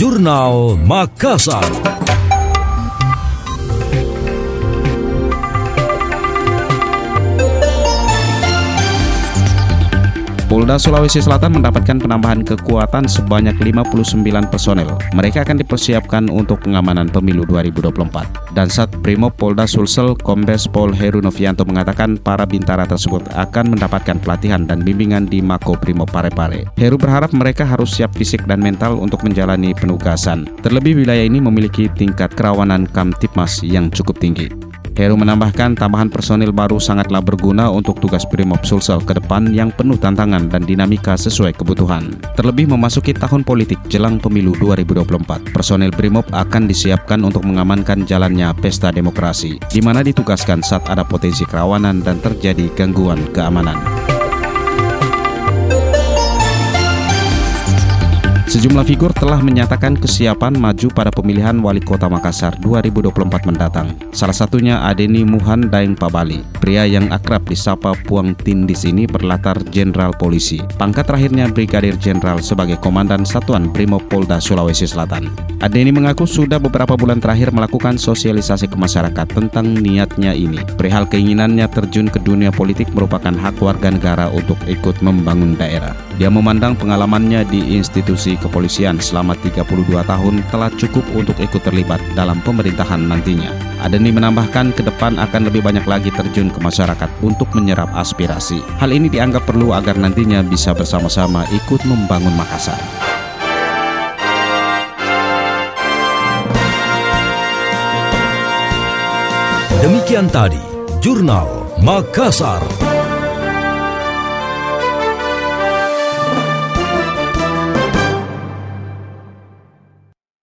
Jurnal Makassar. Polda Sulawesi Selatan mendapatkan penambahan kekuatan sebanyak 59 personel. Mereka akan dipersiapkan untuk pengamanan pemilu 2024. Dan Sat Brimob Polda Sulsel Kombes Pol Heru Novianto mengatakan para bintara tersebut akan mendapatkan pelatihan dan bimbingan di Mako Brimob Parepare. Heru berharap mereka harus siap fisik dan mental untuk menjalani penugasan. Terlebih wilayah ini memiliki tingkat kerawanan Kamtipmas yang cukup tinggi. Heru menambahkan tambahan personil baru sangatlah berguna untuk tugas Brimob Sulsel ke depan yang penuh tantangan dan dinamika sesuai kebutuhan. Terlebih memasuki tahun politik jelang pemilu 2024, personil Brimob akan disiapkan untuk mengamankan jalannya pesta demokrasi, di mana ditugaskan saat ada potensi kerawanan dan terjadi gangguan keamanan. Sejumlah figur telah menyatakan kesiapan maju pada pemilihan Wali Kota Makassar 2024 mendatang. Salah satunya Adeni Muhan Daeng Pabali. Pria yang akrab disapa Puang Tindis ini berlatar jenderal polisi. Pangkat terakhirnya Brigadir Jenderal sebagai Komandan Satuan Brimob Polda Sulawesi Selatan. Adeni mengaku sudah beberapa bulan terakhir melakukan sosialisasi ke masyarakat tentang niatnya ini. Perihal keinginannya terjun ke dunia politik merupakan hak warga negara untuk ikut membangun daerah. Dia memandang pengalamannya di institusi kepolisian selama 32 tahun telah cukup untuk ikut terlibat dalam pemerintahan nantinya. Adeni menambahkan ke depan akan lebih banyak lagi terjun ke masyarakat untuk menyerap aspirasi. Hal ini dianggap perlu agar nantinya bisa bersama-sama ikut membangun Makassar. Demikian tadi Jurnal Makassar.